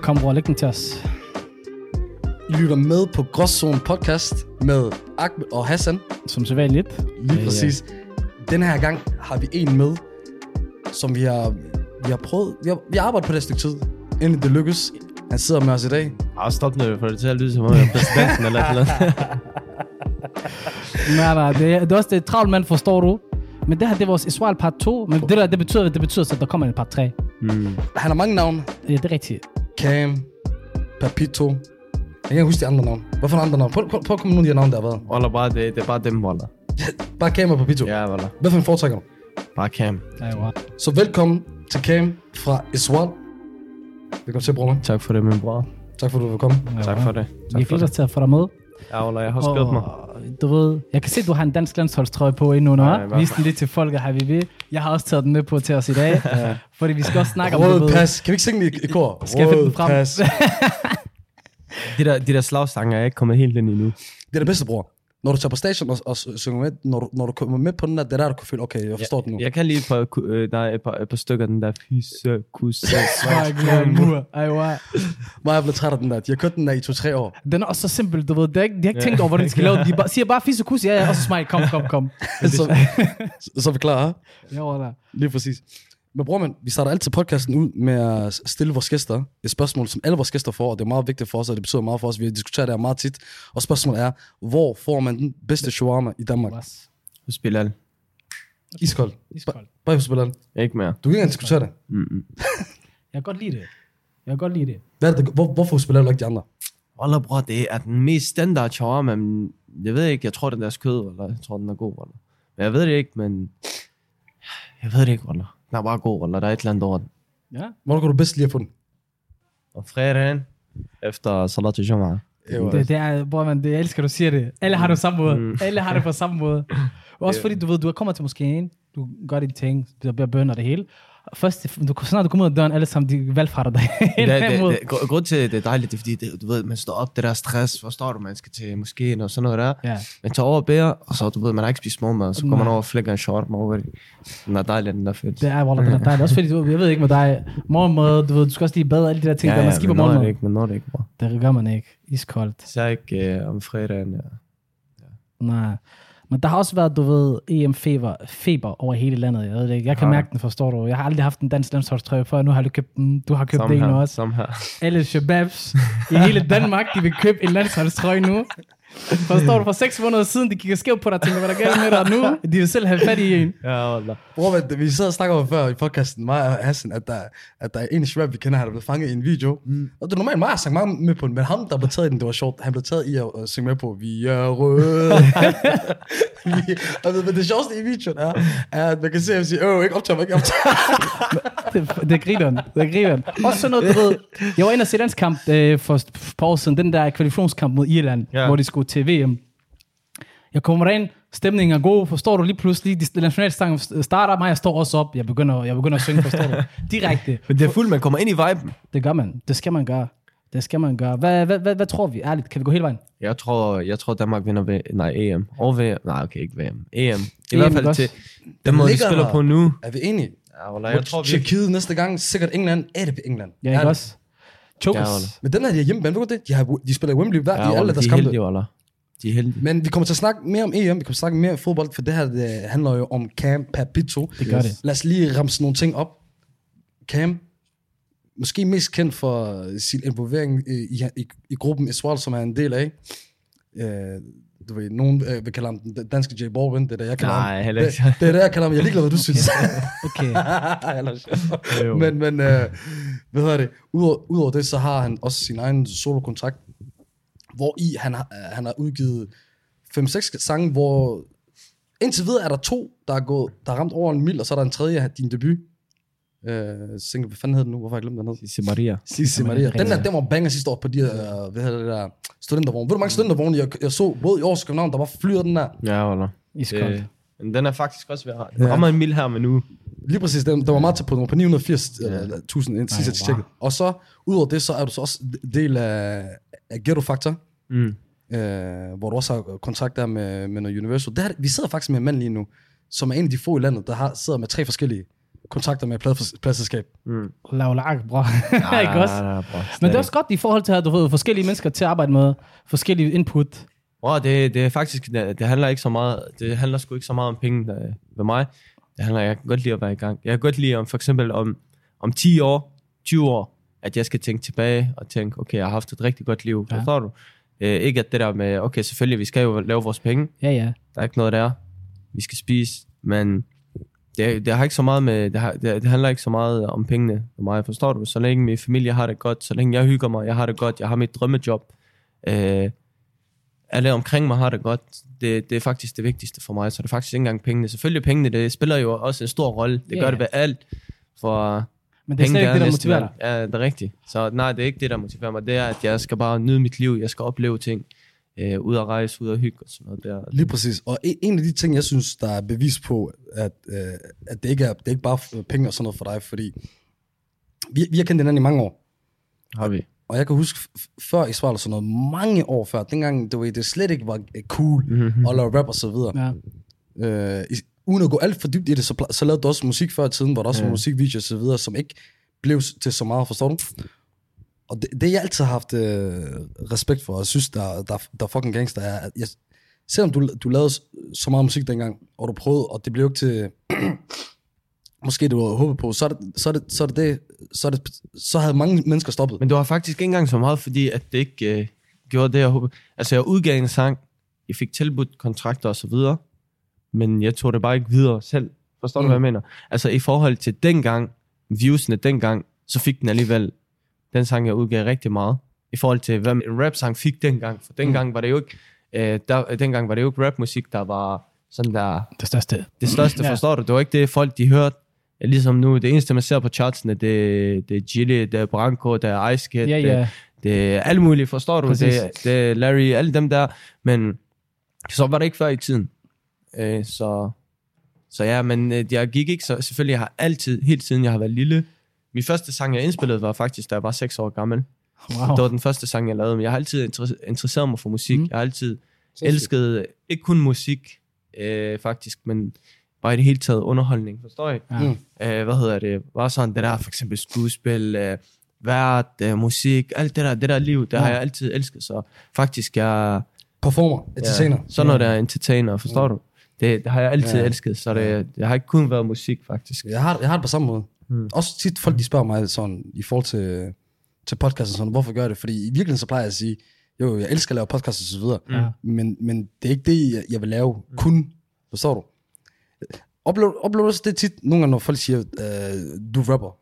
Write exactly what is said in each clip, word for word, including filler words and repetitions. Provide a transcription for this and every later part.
Kom, bror, læg den til os. I lytter med på Gråzone podcast med Ahmed og Hassan. Som så vanligt. Lige ja, præcis. Ja. Den her gang har vi en med, som vi har, vi har prøvet. Vi har, vi har arbejdet på det stykke tid, inden det lykkes. Han sidder med os i dag. Ah, stop nu, for det til at lyde som om jeg er præsidenten eller sådan noget. Nej, nej, det er, det er også det travlt mand, forstår du. Men det her, det er vores Israel part to. Men det der, det betyder, det betyder så, at der kommer en part tre. Mm. Han har mange navne. Ja, det er rigtigt. Cam, Papito. Jeg kan ikke huske de andre navne. Hvorfor andre navne? Prøv, prøv, prøv at komme nogle af de navne, der har været. Wallah, bare det, det er bare dem, wallah. Bare Cam og Papito. Ja, wallah. Hvad for en foretrækker du? Bare Cam. Ja, wow. Så velkommen til Cam fra Israel. Velkommen til, bror. Tak for det, min bror. Tak for, at du vil komme. Ja, Tak for det. Tak vi for fik os det. til at få dig med. Ja, wallah, jeg har skrevet mig. Du ved, jeg kan se, at du har en dansk landsholdstrøje på endnu, Nej, nu. Vis den lidt til folket, har vi ved. Jeg har også taget den med på til os i dag. Ja. Fordi vi skal også snakke om, Rød pas. Kan vi ikke synge det i, i kor? Skal jeg finde den frem? Pas. De der, de der slagsange er jeg ikke kommet helt ind i nu. Det er det bedste, bror. Når du tager på station og, og synger med, når du, når du kommer med på den der, det er der, du kan føle, okay, jeg forstår jeg, den nu. Jeg kan lige et par, øh, der er et par, et par stykker den der fyse, kusse, Svag, mur. Ej, wow. Mig er blevet træt af den der. De har kørt den der i to-tre år. Den er også så simpel, du ved. De har ikke, de har ikke tænkt over, hvordan de skal lave den. De bare, siger bare fisse kus, ja, ja, og så smile. Kom, kom, kom. så, så er vi klar, ha? Ja, der. Lige præcis. Men bror, man, vi starter altid podcasten ud med at stille vores gæster et spørgsmål, som alle vores gæster får, og det er meget vigtigt for os, og det betyder meget for os. Vi har diskuteret det her meget tit. Og spørgsmålet er, hvor får man den bedste shawarma i Danmark? Hos Bilal. Iskold. Iskold. Bare hos Bilal. Ikke mere. Du kan ikke engang diskutere det. Mm-mm. Jeg kan godt lide det. Jeg kan godt lide det. Hvad er det, hvor, hvorfor hos Bilal og ikke de andre? Wallah, bror, det er den mest standard shawarma, men jeg ved ikke, jeg tror, den er deres kød, eller jeg tror, den er god, wallah. Men jeg ved det ikke, men jeg ved det ikke, wallah. Den er bare god, eller der er et eller andet over den. Ja. Hvor kan du bedst lide at få den? Og fredagen, efter salat i Jum'ah. Det, det er, bror, man, det, jeg elsker, du siger det. Alle har det på samme måde. Mm. Alle har det på samme måde. Også fordi, du ved, du kommer til moskéen, du gør dine ting, du bliver bønner det hele. Først, du, snart du kommer ud af døren, alle sammen, de valgfretter dig. Det, det, det, grund til, det er dejligt, det er fordi, det, du ved, man står op, det der stress, forstår du, man skal til moskéen og sådan noget der. Ja. Man tager over og beder, og så, du ved, man har ikke spist morgenmad, så kommer man over og flækker en short med over. Den er dejlig, den der fedt. Det er, wallah, den er dejlig. Også fordi, du, jeg ved ikke med dig, morgenmad, du ved, du skal også lige bade, alle de der ting, ja, der man ja, skiber men når morgenmad. det ikke, men når det ikke, bror. Det gør man ikke. Iskoldt. Så ikke øh, om fredagen, ja. Nej. Men der har også været, du ved, E M-feber feber over hele landet. Jeg ved det ikke. Jeg kan Ja. mærke den, forstår du. Jeg har aldrig haft en dansk landsholdstrøje før. Nu har du købt den. Du har købt Som det her, nu også. som her. Alle shababs i hele Danmark, de vil købe en landsholdstrøje nu. Forstår du? For seks måneder siden, de kigger skævt på dig og tænker, hvad der gælder med dig nu. De vil selv have fat i en. Ja, wallah. Bror, vi sad og snakker om før i podcasten, mig og Hassan, at der, at der er en shabab, vi kender her, der blev fanget i en video. Mm. Og det er normalt mig, jeg sang meget med på den, men ham, der blev taget i den, det var sjovt. Han blev taget i at uh, synge med på, vi er røde. vi, og det, men det sjoveste i videoen er, er, at man kan se ham sige, åh, ikke optager mig, ikke optager. det, det er grineren. Det er grineren. Også sådan noget, du ved. Jeg var inde og se landskamp øh, for et par år siden, den der kvalifikationskamp mod Irland, Ja. hvor de skulle til V M. Jeg kommer derind, stemningen er god, forstår du lige pludselig, de nationalsange starter mig, jeg står også op, jeg begynder, jeg begynder at synge, forstår du? Direkte. Men det er fuldt, man kommer ind i viben. Det gør man. Det skal man gøre. Det skal man gøre. Hvad, hvad, hvad, hvad tror vi? Ærligt, kan vi gå hele vejen? Jeg tror, jeg tror Danmark vinder ved, nej, E M. Og V M. Nej, okay, ikke V M. E M. I E M hvert fald også. til den måde, de ligger spiller der. på nu. Er vi enige? Ja, wallah, jeg tror, vi... Tjekkiet næste gang, sikkert England, er det England. Ja, ikke også? Chokers. Ja, wallah. Men den her, de er hjemme, ved du det? De, har, de spiller i Wembley hver Ja, i alle wallah, deres de er kampe. heldige, wallah. De er heldige. Men vi kommer til at snakke mere om E M, vi kommer til at snakke mere om fodbold, for det her det handler jo om Cam Papito. Det gør det. Lad os lige ramse nogle ting op. Cam, måske mest kendt for sin involvering i, i, i, i gruppen Israel, som er en del af. Øh, du ved, nogen øh, vil kalde ham den danske J Balvin, det er det, jeg kalder Nej, ham. heller ikke. Det, det er det, jeg kalder ham. Jeg er ligeglad, hvad du synes. Okay. men men øh, hvad hedder det? Udover, udover det, så har han også sin egen solokontrakt, hvor i han har, han har udgivet fem seks sange, hvor indtil videre er der to, der er gået, der er ramt over en mil, og så er der en tredje, din debut. Øh, single, hvad fanden hedder den nu? Hvorfor har jeg glemt den hed? Sissi Maria. Sissi Maria. Den der, den var banger sidste år på de her, hvad hedder det der, studentervogne. Ved du, mange studentervogne, jeg, jeg så både i Aarhus og København, der var flyder den der. Ja, wallah. Iskoldt. Det- Men den er faktisk også ved at have. Der kommer en mil her med nu. Lige præcis, den, den var meget til på, den var på ni hundrede og firs tusind Ej, sidst jeg wow. tjekkede. Og så, udover det, så er du så også del af, af Ghetto Factor, Mm. øh, hvor du også har kontrakt der med, med noget Universal. Der, vi sidder faktisk med en mand lige nu, som er en af de få i landet, der har, sidder med tre forskellige kontrakter med pladselskab. Mm. Lav lag, bror. Nej, Ikke også? nej, nej, bror. Men det er også godt i forhold til at du ved forskellige mennesker til at arbejde med, forskellige input. Bror, det, det er faktisk, det, det handler ikke så meget, det handler sgu ikke så meget om penge der, ved mig. Det handler, jeg kan godt lide at være i gang. Jeg kan godt lide om, for eksempel om, om ti år, tyve år, at jeg skal tænke tilbage og tænke, okay, jeg har haft et rigtig godt liv, ja. Forstår du? Øh, ikke at det der med, okay, selvfølgelig, vi skal jo lave vores penge. Ja, ja. Der er ikke noget der. Vi skal spise, men det, det har ikke så meget med, det, har, det, det handler ikke så meget om pengene for mig, forstår du? Så længe min familie har det godt, så længe jeg hygger mig, jeg har det godt, jeg har mit drømmejob, øh, alle omkring mig har det godt, det, det er faktisk det vigtigste for mig, så det er faktisk ikke engang pengene. Selvfølgelig pengene, det spiller jo også en stor rolle, det yeah. gør det ved alt, for men det er slet ikke det, der motiverer dig. Ja, det er rigtigt. Så nej, det er ikke det, der motiverer mig, det er, at jeg skal bare nyde mit liv, jeg skal opleve ting, øh, ud at rejse, ud at hygge og sådan noget der. Lige præcis, og en af de ting, jeg synes, der er bevis på, at, øh, at det, ikke er, det er ikke bare penge og sådan noget for dig, fordi vi, vi har kendt hinanden i mange år. Har vi. Og jeg kan huske, før i Svarl og sådan noget, mange år før, dengang det, var, det slet ikke var cool mm-hmm. at lave rap og så videre. Ja. Øh, i, uden at gå alt for dybt i det, så, så lavede du også musik før i tiden, hvor der også ja. var musikvideoer og så videre, som ikke blev til så meget, forstår du? Og det, det jeg altid har haft øh, respekt for, og jeg synes, der, der, der fucking gangster er, at jeg, selvom du, du lavede så meget musik dengang, og du prøvede, og det blev ikke til... måske du havde håbet på, så er det, så er det, så er det, det så, er det, så havde mange mennesker stoppet. Men du har faktisk ikke engang så meget, fordi at det ikke øh, gjorde det, jeg håbede. Altså, jeg udgav en sang, jeg fik tilbudt kontrakter og så videre, men jeg tog det bare ikke videre selv. Forstår mm. du, hvad jeg mener? Altså, i forhold til dengang, viewsene dengang, så fik den alligevel, den sang, jeg udgav rigtig meget, i forhold til, hvad en rap-sang fik dengang. For dengang mm. var det jo ikke, øh, der, dengang var det jo ikke rapmusik, der var sådan der... Det største. Det største, forstår ja. du? Det var ikke det, folk de hørte. Ligesom nu, det eneste, man ser på chartsene, det, det er Gilly, det er Branko, det er Ice Kid, ja, ja. Det, det er alle mulige, forstår du? Det, det er Larry, alle dem der. Men så var det ikke før i tiden. Øh, så, så ja, men jeg gik ikke, så selvfølgelig jeg har altid, helt siden jeg har været lille. Min første sang, jeg indspillede, var faktisk, da jeg var seks år gammel. Wow. Det var den første sang, jeg lavede. Men jeg har altid interesseret mig for musik. Mm. Jeg har altid så elsket, ikke kun musik, øh, faktisk, men... bare i det hele taget underholdning, forstår jeg? Ja. Mm. Æh, hvad hedder det? Bare sådan det der, for eksempel skuespil, øh, vært, øh, musik, alt det der, det der liv, det ja. har jeg altid elsket, så faktisk jeg... Performer, entertainer. Ja, sådan noget der entertainer, forstår mm. du? Det, det har jeg altid ja. elsket, så det, det har ikke kun været musik, faktisk. Jeg har, jeg har det på samme måde. Mm. Også tit folk, de spørger mig sådan, i forhold til, til podcasten, sådan, hvorfor gør jeg det? Fordi i virkeligheden så plejer jeg at sige, jo, jeg elsker at lave podcast og så videre, mm. men, men det er ikke det, jeg, jeg vil lave mm. kun, forstår du? Oplever, oplever du også det tit, nogle gange, når folk siger, øh, du er rapper?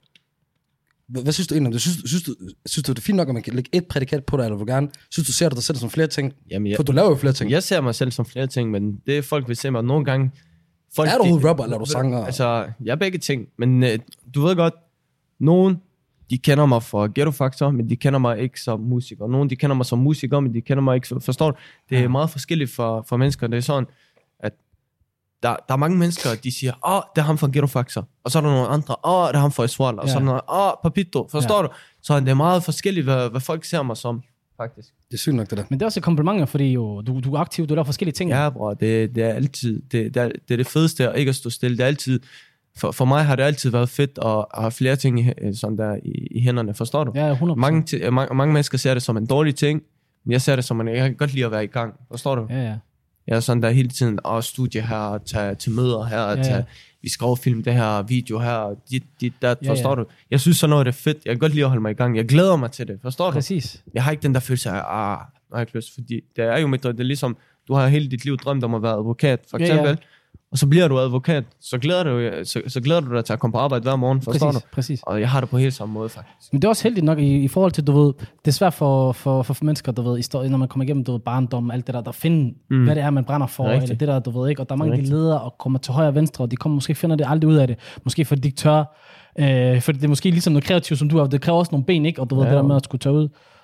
Hvad, hvad synes du egentlig om det? Synes, synes, du, synes du, det er fint nok, at man kan lægge et prædikat på dig, eller vil gerne? Synes du, ser du dig selv som flere ting? Jamen, jeg, For du laver jo flere ting. Jeg ser mig selv som flere ting, men det er folk vil se mig nogle gange. Folk, er du overhovedet rapper, eller er du sanger? Altså, jeg er begge ting, men øh, du ved godt, nogen, de kender mig for Ghetto Factor, men de kender mig ikke som musiker. Nogen, de kender mig som musiker, men de kender mig ikke, forstår du? Det er ja. meget forskelligt for, for mennesker. Det er sådan, at Der, der er mange mennesker, de siger, åh, oh, det er ham fra Ghetto Factor. Og så er der nogle andre, åh, oh, det er ham fra Eswal. Og ja. så er der nogle, åh, oh, Papito. Forstår ja. du? Så det er meget forskelligt, hvad, hvad folk ser mig som, faktisk. Det er sygt nok, det der. Men det er også komplimenter, fordi jo, du, du er aktiv, du laver forskellige ting. Ja, bror, det, det er altid, det, det, er, det er det fedeste at ikke at stå stille. Det er altid, for, for mig har det altid været fedt at, at have flere ting i, sådan der, i, i hænderne. Forstår du? Ja, hundrede procent. Mange, mange, mange mennesker ser det som en dårlig ting, men jeg ser det som en, jeg kan godt lide at være i gang. Forstår du? Ja, ja. Jeg er sådan der hele tiden, og studie her, og tage til møder her, og tage, ja, ja. vi skal overfilme det her video her, og dit, dit, dat, ja, forstår ja. du? Jeg synes sådan noget er fedt, jeg kan godt lide at holde mig i gang, jeg glæder mig til det, forstår Præcis. du? Jeg har ikke den der følelse af, ah, jeg har ikke lyst, fordi det er jo mit, det er ligesom, du har hele dit liv drømt om at være advokat, for eksempel, ja, ja. og så bliver du advokat, så glæder du, så, så glæder du dig til at komme på arbejde hver morgen, forstår præcis, du? Præcis. Og jeg har det på helt samme måde, faktisk. Men det er også heldigt nok i, i forhold til, du ved, det er svært for, for, for mennesker, du ved, når man kommer igennem, du ved, barndom, alt det der, der finder, mm. hvad det er, man brænder for, Rigtig. eller det der, du ved, ikke? Og der er mange, de leder og kommer til højre og venstre, og de kommer måske finder det aldrig ud af det. Måske fordi de ikke tør, øh, fordi det er måske ligesom noget kreativt, som du har, det kræver også nogle ben, ikke? Og du ved, ja, det der med at skulle tage ud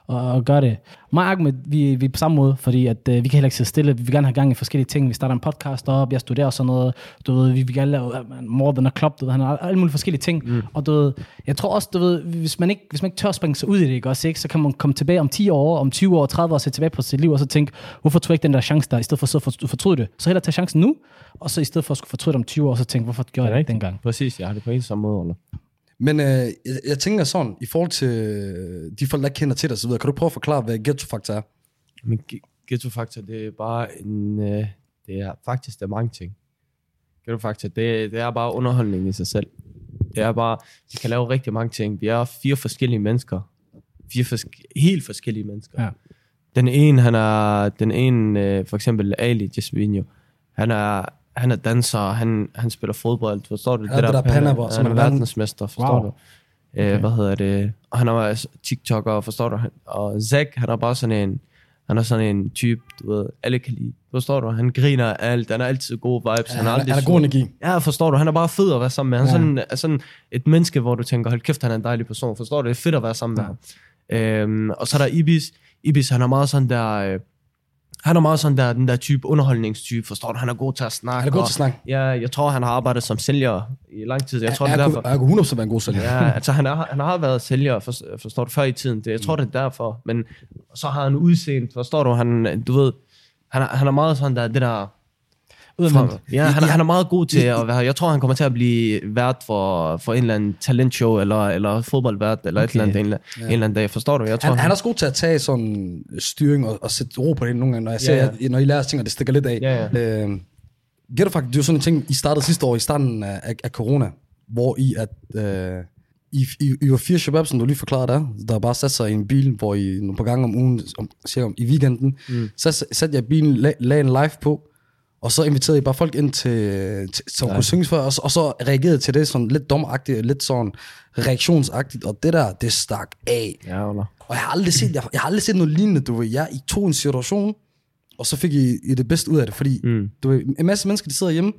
og, og gøre det. Mig og Ahmed, vi, vi er på samme måde, fordi at, uh, vi kan heller ikke sidde stille. Vi vil gerne have gang i forskellige ting. Vi starter en podcast op, jeg studerer sådan noget. Du ved, vi vil gerne lave uh, more than a club. Du ved, han har alle mulige forskellige ting. Mm. Og du ved, jeg tror også, du ved, hvis man ikke, hvis man ikke tør springe sig ud i det, ikke, også, ikke, så kan man komme tilbage om ti år, om tyve år, tredive år, og se tilbage på sit liv, og så tænke, hvorfor tog jeg ikke den der chance der, i stedet for så for, fortryde det. Så hellere tage chancen nu, og så i stedet for at skulle fortryde det om tyve år, så tænke, hvorfor gjorde jeg det ikke dengang. Præcis, jeg har det på en samme måde, eller? Men øh, jeg, jeg tænker sådan, i forhold til de folk, der kender til dig, så videre, kan du prøve at forklare, hvad ghetto-faktor er? Men ghetto-faktor, det er bare en... Øh, det er faktisk, det er mange ting. Ghetto-faktor, det, det er bare underholdning i sig selv. Det er bare, vi kan lave rigtig mange ting. Vi er fire forskellige mennesker. Fire forske, helt forskellige mennesker. Ja. Den ene, han er... Den ene, øh, for eksempel Ali Jesvinho, han er... Han er danser, han, han spiller fodbold, forstår du? Ja, det der, der Panama, han er verdensmester, forstår wow. du? Okay. Øh, hvad hedder det? Og han er TikToker, forstår du? Og Zack, han er bare sådan en, han er sådan en type, du ved, alle kan lide. Forstår du? Han griner alt, han er altid gode vibes. Ja, han er, han er, han er god energi. Ja, forstår du? Han er bare fed at være sammen med. Han er ja. sådan, er sådan et menneske, hvor du tænker, hold kæft, han er en dejlig person. Forstår du? Det er fedt at være sammen ja. med ham. Øhm, og så er der Ibis. Ibis, han er meget sådan der... Øh, Han er meget sådan der, den der type underholdningstype, forstår du? Han er god til at snakke. Han er god til at snakke. Ja, jeg tror, han har arbejdet som sælger i lang tid. Jeg tror, jeg, det er jeg, derfor. Jeg kunne hundrede procent være en god sælger. Ja, altså han, er, han har været sælger, for, forstår du, før i tiden. Det, jeg tror, det er derfor. Men så har han udseende, forstår du? Han, du ved, han er, han er meget sådan der, det der... Fra, ja, han, han er meget god til at være... Jeg tror, han kommer til at blive vært for, for en eller anden talentshow, eller, eller fodboldvært, eller okay. et eller andet, en, ja. en eller anden dag. Forstår du? Jeg tror, han, han, han er også god til at tage sådan styring og, og sætte ro på det nogle gange, når jeg ser, ja, ja. når I lærer ting, og det stikker lidt af. Ja, ja. Øh, Ghetto-faktor, det er jo sådan en ting, I startede sidste år, i starten af, af, af corona, hvor I at... Øh, I, I, I var fire shabab, som du lige forklarede der, der bare satte sig i en bil, hvor I nogle par gange om ugen, om, cirka om, i weekenden, mm. så satte jeg bilen, lag, lagde en live på, og så inviterede I bare folk ind til, til som ja. kunne synge for, og så, og så reagerede til det sådan lidt domagtigt, lidt sådan reaktionsagtigt, og det der, det stak af. Ja, eller. Og jeg har aldrig set, jeg, jeg har aldrig set noget lignende, du ved. Jeg I tog en situation, og så fik I, I det bedste ud af det, fordi mm. du ved, en masse mennesker, de sidder hjemme,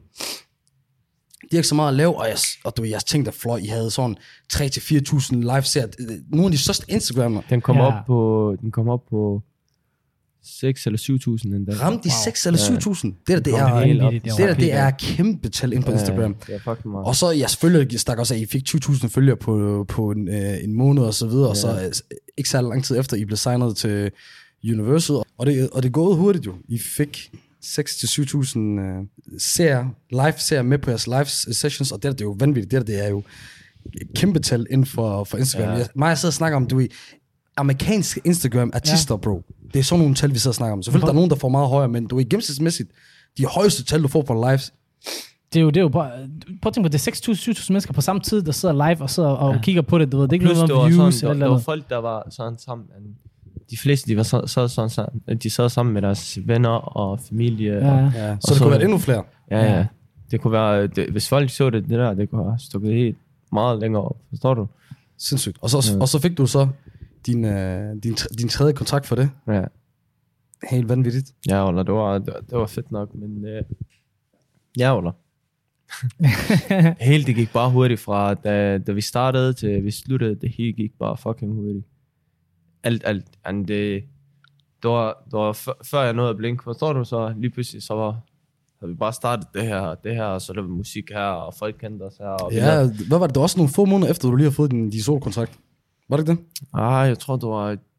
de har ikke så meget at lave, og, jeg, og du ved, jeg tænkte, at fløj, I havde sådan tre til fire tusind live-serier. Nogle af de største Instagrammer. Den kom, ja. op på, den kom op på seks eller syv tusind endda. Ramte de wow. seks eller syv tusind? Det der, det er, det, det, der, det er kæmpe tal ind på Instagram. Ja, det er fucking meget. Og så, ja, selvfølgelig stak også af, I fik tyve tusind følgere på, på en, øh, en måned og så videre, ja. Og så øh, ikke særlig lang tid efter, I blev signet til Universal. Og det, og det er gået hurtigt jo. I fik seks til syv tusind øh, serier, live-serier med på jeres live sessions, og det der, det er jo vanvittigt. Det der, det er jo kæmpe tal inden for, for Instagram. Ja. Jeg, mig jeg sidder og snakker om, du er amerikansk Instagram-artister, ja. Bro. Det er sådan nogle tal, vi sidder og snakker om. Selvfølgelig der er nogen, der får meget højere, men du er gennemsnitsmæssigt de højeste tal, du får på lives. Det er jo, det er jo bare... Prøv at tænke på, det er seks tusind syv tusind mennesker på samme tid, der sidder live og sidder og ja. kigger på det. Du ved, det er ikke Plus, noget med views sådan, eller der, der var folk, der var sådan sammen. De fleste, de var så, så, sådan sammen. De sad sammen med deres venner og familie. Ja. Og, ja. og så, så det kunne være endnu flere? Ja, ja. Det kunne være... Det, hvis folk så det, det der, det kunne have stukket helt meget længere op. Forstår du? Sindssygt. Og så, ja. og så fik du så din, uh, din, din tredje kontrakt for det. Ja. Helt vanvittigt. Ja, Ola, det var, det, det var fedt nok, men... Uh, ja, Ola. Helt, det gik bare hurtigt fra, da, da vi startede til vi sluttede, det hele gik bare fucking hurtigt. Alt, alt. And det, det var, det var f- før jeg nåede at blinke, forstår du, så lige pludselig, så var, havde vi bare startet det her, det her, og så lavede vi musik her, og folk kendte os her. Og ja, hvad var det? Det var også nogle få måneder efter, du lige har fået din, din solo-kontrakt. Var det ikke det? Ah, jeg tror, det var... Et...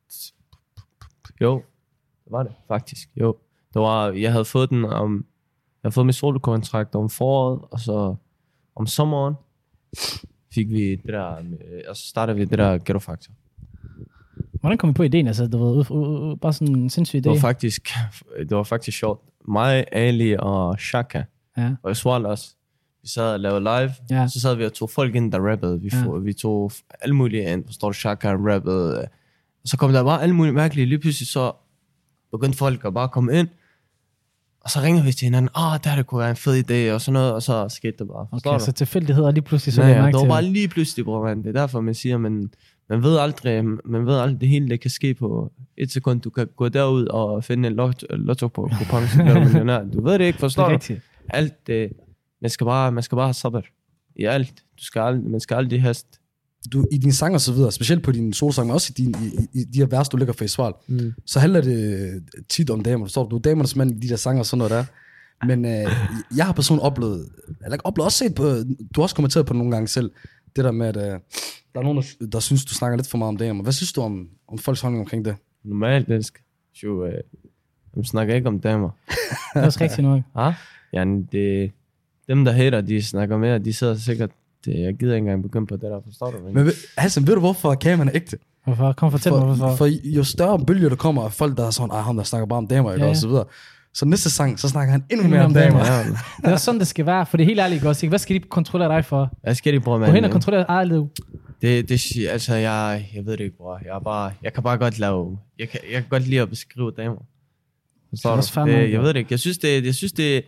Jo, det var det faktisk, jo. Det var, jeg havde fået den om... Jeg havde fået min solo-kontrakt om foråret, og så om sommeren fik vi det der... Og så startede vi det der Ghetto-faktor. Hvordan kom I på ideen? Altså, det var uh, uh, bare sådan en sindssyg idé. Det var faktisk, det var faktisk sjovt. Mig, Ali og Shaka, ja. Og Iswal også. Vi sad og lavede live, ja. Så sad vi og tog folk ind, der rappede. Vi, ja. få, vi tog alle mulige ind, forstår du, Shaka rappede. Og så kom der bare alle mulige mærkelige. Lige pludselig så begyndte folk at bare komme ind. Og så ringer vi til hinanden, åh, oh, der det kunne være en fed idé, og sådan noget, og så skete det bare. Forstår okay, du? Så tilfældigheder lige pludselig så ja, ja, det var bare lige pludselig, bror, man. Det er derfor, man siger, man, man ved aldrig, man ved aldrig, det hele det kan ske på et sekund. Du kan gå derud og finde en lotto, lotto på kupon, så bliver du millionær. Du ved det ikke, forstår det du? Alt det, man skal bare, man skal bare have sabber i alt. Du skal aldrig, man skal aldrig have du, i dine sange og så videre, specielt på dine solsange, men også i, din, i, i de her vers, du lægger for Israel, mm. så handler det tit om damer. Du står, du er damernes mand i de der sange og sådan noget der. Men øh, jeg har personligt oplevet, eller ikke oplevet, også set på, du har også kommenteret på det nogle gange selv, det der med, at øh, der er nogen, der, der synes, du snakker lidt for meget om damer. Hvad synes du om, om folks holdning omkring det? Normalt, elsker. Jo, øh, de snakker ikke om damer. Det er også rigtigt nok. Ja, ja det, dem der hater, de snakker mere, de sidder sikkert, det, jeg gider ikke engang begynde på det der, forstår du? Men Hassan, ved du hvorfor kameraen er ægte? Hvorfor? Kom fortæl for, mig hvorfor. For jo større bølger der kommer af folk, der er sådan, ah, ham der snakker bare om damer, ikke, ja, ja. og så videre. Så næste sang, så snakker han endnu mere om damer. Ja. Det er sådan, det skal være, for det er helt ærligt også. Hvad skal de kontrollere dig for? Hvad skal de, bror, mand? Gå hen og kontrollere eget liv. Det, det, altså, jeg, jeg ved det ikke, bror. Jeg, er bare, jeg kan bare godt lave, jeg kan, jeg kan godt lide at beskrive damer. Forstår du? Det, jeg ved det ikke. Jeg synes, det, jeg synes, det,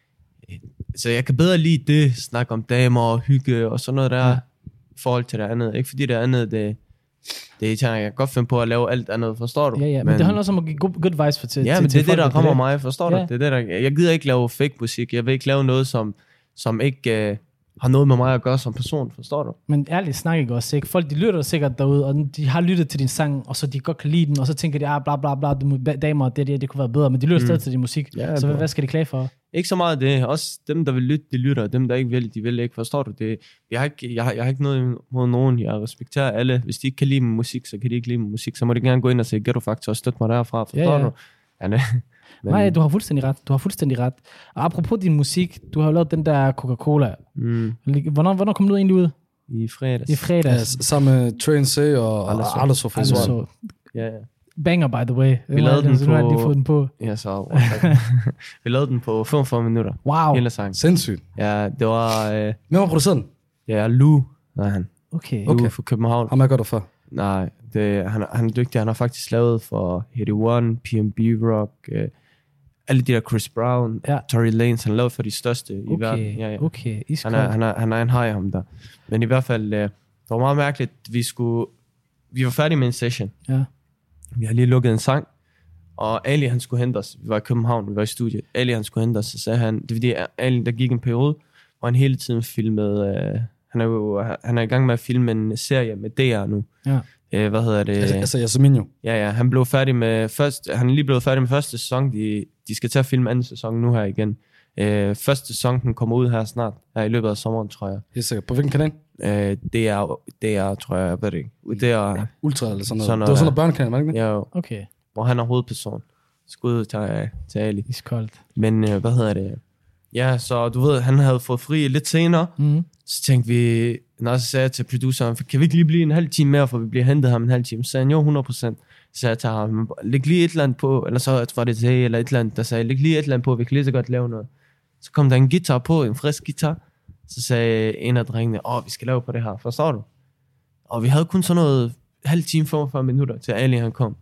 så jeg kan bedre lide det, snakke om damer og hygge og sådan noget der, ja. I forhold til det andet. Ikke fordi det andet, det, det er jeg kan godt finde på at lave alt andet, forstår du? Ja, ja, men, men det handler også om at give good, good vibes for til. Ja, til, men til det er det, der folk, rammer det. mig, forstår ja. du? Det er det, der, jeg gider ikke lave fake musik. Jeg vil ikke lave noget, som, som ikke uh, har noget med mig at gøre som person, forstår du? Men ærligt snak ikke også, ikke? Folk, de lytter sikkert derude, og de har lyttet til din sang, og så de godt kan lide den, og så tænker de, ah, bla bla bla, du må, damer, det, det, det kunne være bedre, men de lytter mm. stadig til din musik, ja, så hvad, hvad skal de klage for? Ikke så meget det. Også dem, der vil lytte, de lytter, dem, der ikke vil, de vil ikke, forstår du det? Jeg har ikke, jeg har, jeg har ikke noget mod nogen, jeg respekterer alle. Hvis de ikke kan lide min musik, så kan de ikke lide min musik, så må de gerne gå ind og sige, Ghetto Factor og støtte mig derfra, forstår ja, ja. du? Ja, ne. Men... Nej, du har fuldstændig ret. Du har fuldstændig ret. Og apropos din musik, du har jo lavet den der Coca-Cola. Mm. Hvornår, hvornår kom du egentlig ud? I fredags. I fredags. Ja, sammen med Train C og Alles for Israel. Ja, ja. Banger, by the way. Vi lavede den, den på... lige fået den på. Ja, så... Vi lavede den på femogfyrre minutter. Wow. Hele sangen. Sindssygt. Ja, det var... Øh... Hvem var producenten? Ja, Lou. Nej, han. Okay. Lou okay. fra København. Ham er godt for. Nej, det, han, han er dygtig. Han har faktisk lavet for Heady One, P M B Rock, øh, alle de der Chris Brown, ja. Tory Lanez. Han har lavet for de største okay. i verden. Ja, ja. Okay, han er, han, er, han er en hej ham der. Men i hvert fald, øh, det var meget mærkeligt. Vi skulle... Vi var færdige med en session. Ja. Vi har lige lukket en sang, og Ali han skulle hente os. Vi var i København, vi var i studiet. Ali han skulle hente os, så sagde han, det er fordi Ali, der gik en periode, hvor han hele tiden filmede, øh, han er jo han er i gang med at filme en serie med D R nu. Ja. Øh, hvad hedder det? Altså, altså Yasemin jo. Ja, ja, han blev færdig med først, han er lige blevet færdig med første sæson. De, de skal til at filme anden sæson nu her igen. Øh, første sæson, den kommer ud her snart, her i løbet af sommeren, tror jeg. Helt sikkert. På hvilken kanal? Øh, det er, det er, tror jeg, jeg ved det ikke. Det er Ultra eller sådan noget. Sådan noget det var sådan noget børnekanal, var det ikke det? Ja, jo. Okay. Hvor han er hovedperson. Skud til, til Ali. Iskoldt. Men øh, hvad hedder det? Ja, så du ved, han havde fået fri lidt senere. Mm. Så tænkte vi, når så sagde jeg til produceren, kan vi ikke lige blive en halv time mere, for vi bliver hentet ham en halv time? Så sagde han, jo, hundrede procent. Så sagde jeg til ham, læg lige et eller andet på, eller så var det til, eller et eller andet, der sagde, læg lige et eller andet på, vi kan lige så godt lave noget. Så kom der en guitar på, en frisk guitar. Så sagde en af drengene, åh, vi skal lave på det her, forstår du? Og vi havde kun sådan noget halv time, femogfyrre minutter, til Ali han kom.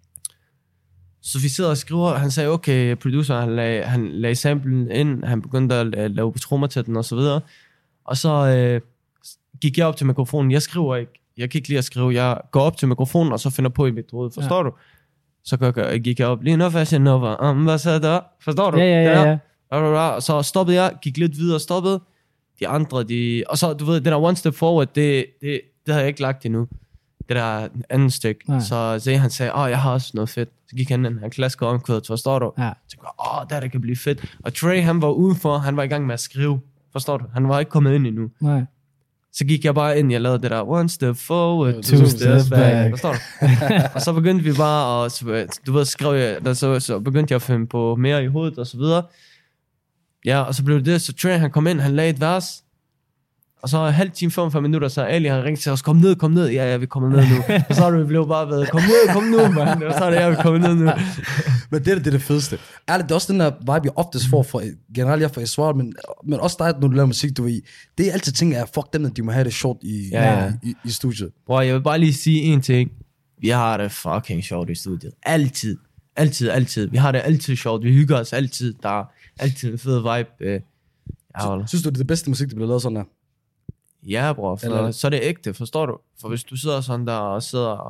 Så vi sidder og skriver, han sagde, okay, producer, han lagde, han lagde samplen ind, han begyndte at lave trommer til den og så videre. Og så øh, gik jeg op til mikrofonen, jeg skriver ikke, jeg kan ikke lide at skrive, jeg går op til mikrofonen, og så finder på i mit hoved, forstår ja. du? Så gik jeg op, lige nu fashion over, um, hvad så der? Forstår du? Ja, ja, ja, ja. Og så stoppede jeg, gik lidt videre og stoppede. De andre, de... Og så, du ved, det der one step forward, det, det, det har jeg ikke lagt endnu. Det der anden stykke. Nej. Så Zay, han sagde, åh, jeg har også noget fedt. Så gik han ind, han klaskede omkvædet, forstår du? Ja. Så tænkte jeg, åh, der det kan blive fedt. Og Trey, han var udenfor, han var i gang med at skrive. Forstår du? Han var ikke kommet ind endnu. Nej. Så gik jeg bare ind, jeg lavede det der, one step forward, two, two two steps back. back. Forstår du? Og så begyndte vi bare, og du ved, skrev jeg, der, så, så begyndte jeg at finde på mere i hovedet, og så videre. Ja, og så blev det det, så Trey, han kom ind, han lagde et vers. Og så en halv time, femogfyrre minutter, så Ali han ringte til os, kom ned, kom ned. Ja, ja, vi kommer ned nu. Og så er det, vi blev bare ved, kom ned, kom nu, man. Og så er det, ja, vi kommer ned nu. Men det er det, er det fedeste. Ærligt, det er også den der vibe, jeg oftest får for, generelt jeg for Israel, men, men også dig, når du laver musik, du er i. Det er altid ting, at fuck dem, at de må have det sjovt i, ja, ja. i, i studiet. Bror, jeg vil bare lige sige en ting. Vi har det fucking sjovt i studiet. Altid. Altid, altid. Vi har det altid sjovt. Vi hygger os altid. Der er altid en fed vibe. Ja, synes du, det er det bedste musik, der bliver lavet sådan der? Ja, bror, for så er det ægte, forstår du? For hvis du sidder sådan der og sidder og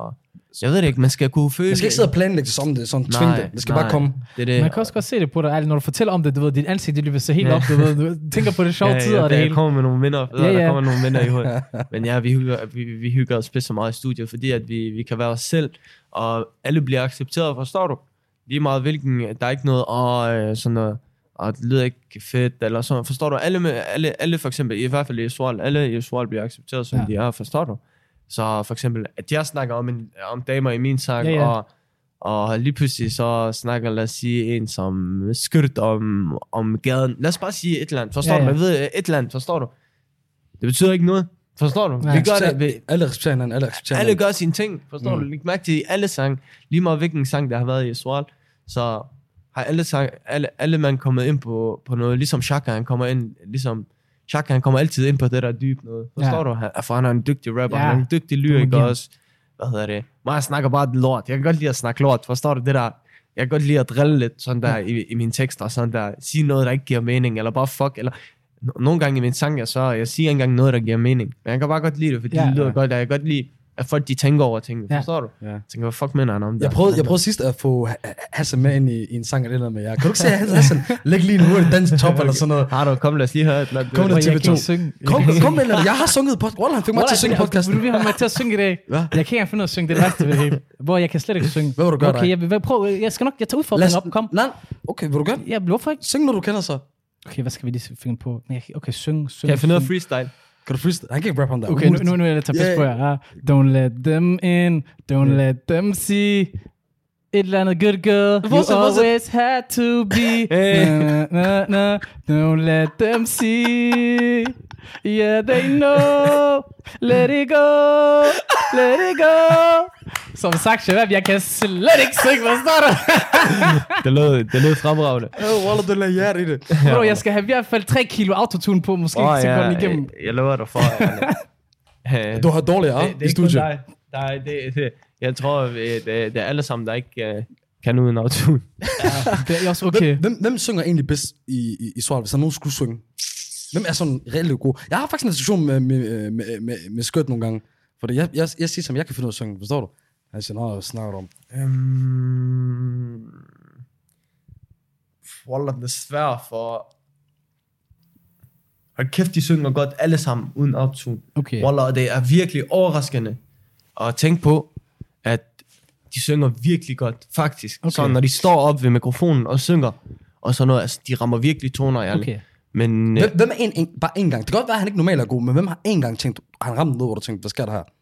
Jeg ved det ikke, man skal kunne føle... Man skal ikke sidde og planlægge sig om det, sådan tvinge det. Det skal nej, bare komme. Det er det. Man kan også godt se det på dig, ærligt, når du fortæller om det, du ved, dit ansigt, det løber så helt ja. op, du ved, du tænker på det sjove ja, tider ja, og det hele. hele. Der kommer med nogle minder, ja, ja. der kommer nogle minder i hovedet. Men ja, vi hygger, vi, vi hygger os pisse så meget i studiet, fordi at vi, vi kan være os selv, og alle bliver accepteret, forstår du? Lige meget hvilken, der er ikke noget, og øh, sådan noget, og det lyder ikke fedt, eller sådan, forstår du? Alle, med, alle, alle for eksempel, i hvert fald i Israel, alle i Israel bliver accepteret, som ja. de er, forstår du? Så for eksempel, at jeg snakker om, en, om damer i min sang, ja, ja. Og, og lige pludselig så snakker, lad os sige, en som skyrt om, om gaden. Lad os bare sige et eller andet, forstår ja, ja. du? Jeg ved, et eller andet, forstår du? Det betyder ikke noget, forstår du? Ja. Vi gør det, vi, alle respekterer hinanden, alle respekterer Alle gør sine ting, forstår mm. du? Læg mærke til alle sang, lige meget hvilken sang, der har været i Israel, så har alle, sang, alle, alle mand kommet ind på, på noget, ligesom Shaka, han kommer ind, ligesom... Shaka, han kommer altid ind på det der dybe noget. Forstår ja. du? Han, for han er en dygtig rapper, ja. han er en dygtig lyriker også. Hvad hedder det? Men jeg snakker bare lort. Jeg kan godt lide at snakke lort. Forstår du det der? Jeg kan godt lide at drille lidt sådan der ja. i, i mine tekster. Sådan der. Sige noget, der ikke giver mening. Eller bare fuck. Eller nogle gange i min sang, jeg så jeg siger ikke engang noget, der giver mening. Men jeg kan bare godt lide det, fordi ja, det lyder ja. godt. Jeg kan godt lide, at folk de tænker over tingene. Ja. Forstår du? Ja. Jeg tænker, hvad fuck mener han om det? Jeg prøvede, jeg prøvede sidst at få Hassan med ind i, i en sang eller med jer. Kan du ikke se, at Hassan læg lige en hurtig dansk top eller sådan noget? Har du? Kom, lad os lige høre et eller andet. Kom til T V to. Kom, kom med det. Jeg har sunget på Wallah, han fik mig til at synge podcasten. Vil du have mig til at synge i dag? Hvad? Jeg kan ikke engang finde ud af at synge, det er det værste ved det hele. Hvor jeg kan slet ikke synge. Hvad vil du gøre okay, jeg vil prøve. Jeg skal nok, jeg tager udfordringen op. Kom. Nej, okay, vil du gøre? Ja, hvorfor ikke? Syng, når du kender så. Okay, hvad skal vi lige finde på? Okay, syng, syng. Kan jeg finde noget freestyle? Kan du freestyle? Han kan ikke rappe om det. Okay, nu, nu, nu er jeg tage yeah. på jer. Don't let them in, don't yeah. let them see. Et eller andet good girl, you always had to be. na, na, na. Don't let them see. Yeah, they know. Let it go, let it go. Som sagt, Shabab, jeg kan slet ikke synge, hvad står der? det lød, det lød fremragende. Åh, Wallah, du lader hjert i det. Bro, jeg skal have i hvert fald tre kilo autotune på, måske oh, ikke ja, gå den igennem. Jeg, jeg lover dig for. Du har dårlige ar i studiet. Nej, det, det, jeg tror, det, det er alle sammen, der ikke uh, kan uden autotune. Ja, det er også okay. Hvem, hvem synger egentlig bedst i, i, i Israel, hvis der er nogen skulle synge? Hvem er sådan reelt god? Jeg har faktisk en diskussion med, med, med, med, med skørt nogle gange. For jeg, jeg, jeg siger som, jeg kan finde ud af at synge. Forstår du? Jeg siger, nå, jeg snakker om. Um, Wallah, det er svært for... Hold kæft, de synger godt alle sammen uden autotune. Okay. Wallah, det er virkelig overraskende at tænke på, at de synger virkelig godt, faktisk. Okay. Så når de står op ved mikrofonen og synger, og sådan noget, altså, de rammer virkelig toner, ærligt. Okay. Men, hvem, hvem er en, en, bare en gang? Det kan godt være, at han ikke normalt er god, men hvem har en gang tænkt, han ramte noget, hvor du tænkte, hvad sker der her?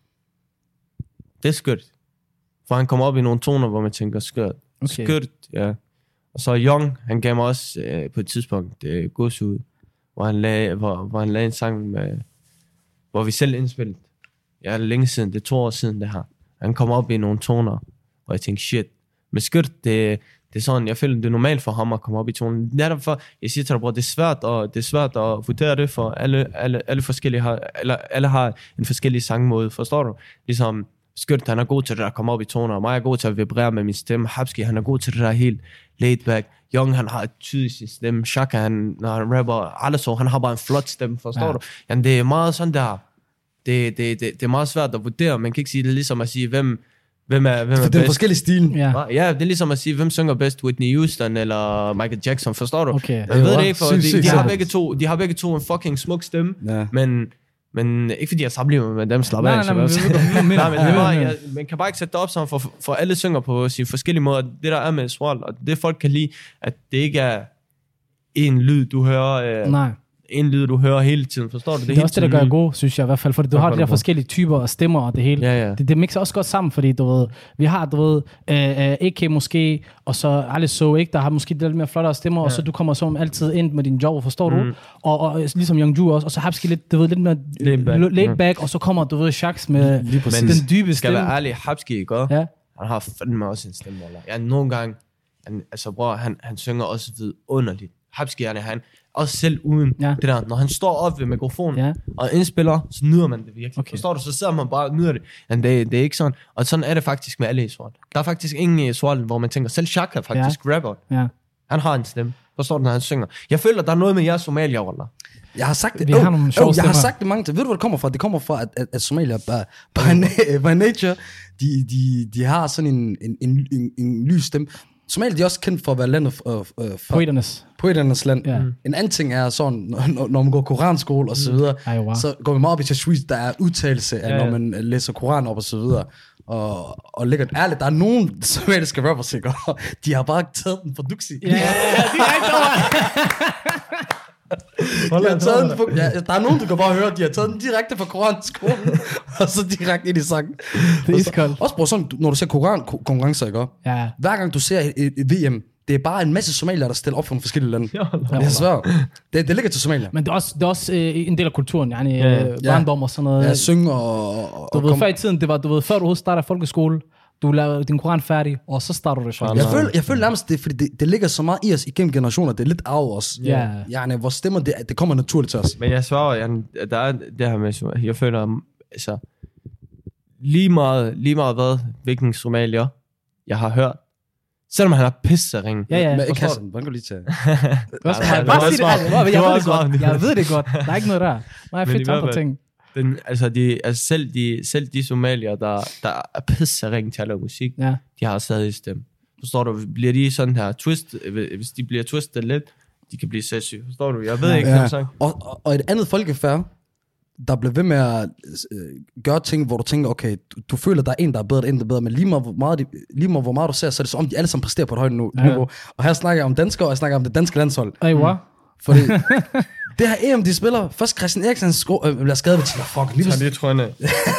Det er skørt. For han kommer op i nogle toner, hvor man tænker, skørt. Okay. Skørt, ja. Og så Young, han gav mig også øh, på et tidspunkt øh, godsud, hvor han lagde, hvor, hvor han lagde en sang, med, hvor vi selv indspillede. Ja, det er længe siden, det er to år siden det her. Han kom op i nogle toner, og jeg tænkte, shit. Men skørt, det, det er sådan, jeg føler, det er normalt for ham at komme op i tonen. Netop for, jeg siger til dig, bror, det er svært, og det er svært at vurdere det, for alle, alle, alle forskellige har, eller, alle har en forskellig sangmåde, forstår du? Ligesom, Skørt, han er god til det der at komme op i toner, og mig er god til at vibrere med min stemme. Habski, han er god til det der helt laid back. Young, han har et tydeligt stemme. Shaka, han, når han rapper, Alaso, han har bare en flot stemme, forstår ja. du? Jamen, det er meget sådan der, det, det, det, det er meget svært at vurdere. Man kan ikke sige det ligesom at sige, hvem, hvem er, hvem er bedst. Det er forskellige stil. Ja. ja, det er ligesom at sige, hvem synger bedst, Whitney Houston eller Michael Jackson, forstår du? Okay. Jeg ved det ikke, for de, de, har begge to, de har begge to en fucking smuk stemme, ja. men... Men ikke fordi jeg sammenligner med dem, slap af. Nej, nej, nej, men det var, jeg, man kan bare ikke sætte det op sådan, for, for alle synger på sine forskellige måder. Det der er med Israel, og det folk kan lide, at det ikke er en lyd, du hører... Øh, nej. En lyd, du hører hele tiden, forstår du? Det, det er også det, der gør god, synes jeg i hvert fald, fordi du har de der forskellige typer og stemmer og det hele. Ja, ja. Det, det mixer også godt sammen, fordi du ved, vi har, du ved, øh, A K måske, og så Alice So, ikke, der har måske lidt mere flottere stemmer, ja. Og så du kommer som altid ind med din job, forstår mm. du? Og, og ligesom Young Ju også, og så Habski lidt, du ved, lidt mere laid back, laid back ja. Og så kommer, du ved, Shaks med den dybe stemme. Skal være ærlig, Habski, ikke? Ja. Han har fandme også en stemme, eller? Ja, nogle gange, han, altså bror, han, han synger også vidunderligt. Habski, han også selv uden ja. Det der, når han står op ved mikrofonen ja. Og indspiller, så nyder man det virkelig. Okay. Forstår du, så sidder man bare og nyder det. Men det, det er ikke sådan. Og sådan er det faktisk med alle i Israel. Der er faktisk ingen i Israel, hvor man tænker, selv Shaka faktisk ja. Rapper. Ja. Han har en stemme. Forstår du, når han synger? Jeg føler, der er noget med jer somalier, Wallah. Jeg har sagt det. Vi oh, har nogle oh, sjove jeg har stemmer. sagt det mange til. Ved du, hvor det kommer fra? Det kommer fra, at, at, at Somalia by, by, by nature, de, de, de har sådan en, en, en, en, en lys stemme. Somalia, de er også kendt for at være landet for, uh, for Poeternes. poeternes land. Ja. En anden ting er sådan, når, når man går koranskole og så videre, Ej, wow. så går vi meget op i tajwid, der er udtalelse af, Ja, ja. når man læser koran op og så videre. Og, og lækkert ærligt, der er nogen somaliske rappers, ikke? Og de har bare taget den fra Duxi. Ja, ja, ja, direkte over. De har taget den fra, ja, der er nogen, du kan bare høre, de har taget den direkte fra koranskolen, og så direkte ind i sangen. Det er iskoldt. Også bror, sådan, når du ser koran-konkurrencer, ikke? Ja. Hver gang du ser et, et, et V M, det er bare en masse somalier, der stiller op for nogle forskellige lande. Ja, Det er svært. Det, det ligger til Somalia. Men det er også, det er også øh, en del af kulturen, yani, Ja, ja, ja. barndom og sådan noget. Ja, synge og... og Du og ved, kom- før i tiden, det var, du ved, før du overhovedet starter folkeskole, du laver din koran færdig, og så starter du det. Jeg føler, jeg føler nærmest, det, er, fordi det, det ligger så meget i os igennem generationer, det er lidt af os. Ja. Ja, vores stemmer, det, det kommer naturligt til os. Men jeg svarer, jeg, der er det her med, jeg føler, altså, lige meget, lige meget hvad, hvilken somalier jeg har hørt, selvom han har pissering. Ja, ja. Men ikke Forstår Hassan, hvordan går lige til? Også, Nej, nej, det bare var sig det, også altså, meget- jeg det var ved det også godt. meget- Jeg ved det godt. Der er ikke noget der. Nej, Men fedt i til andre hvert fald- ting. Den, altså, de, altså selv, de, selv de somalier, der, der er pissering til at lave musik, Ja. de har stadig stemme. Forstår du? Bliver de sådan her twist, hvis de bliver twistet lidt, de kan blive sindssyge. Forstår du? Jeg ved ikke, Ja. hvad sang. Og, og, og et andet folkefærd, der bliver ved med at øh, gøre ting, hvor du tænker, okay, du, du føler, der er en, der er bedre, en, der er bedre, men lige meget, hvor meget, de, lige meget, hvor meget du ser, så er det som om, de alle sammen præsterer på et højt nu- Ja. niveau. Og her snakker jeg om danskere, og jeg snakker om det danske landshold. Ej, wow. Fordi det her E M, de spiller, først Christian Eriksen sko- øh, bliver skadet, og tænker, fuck, lige Så pludselig, det tror jeg,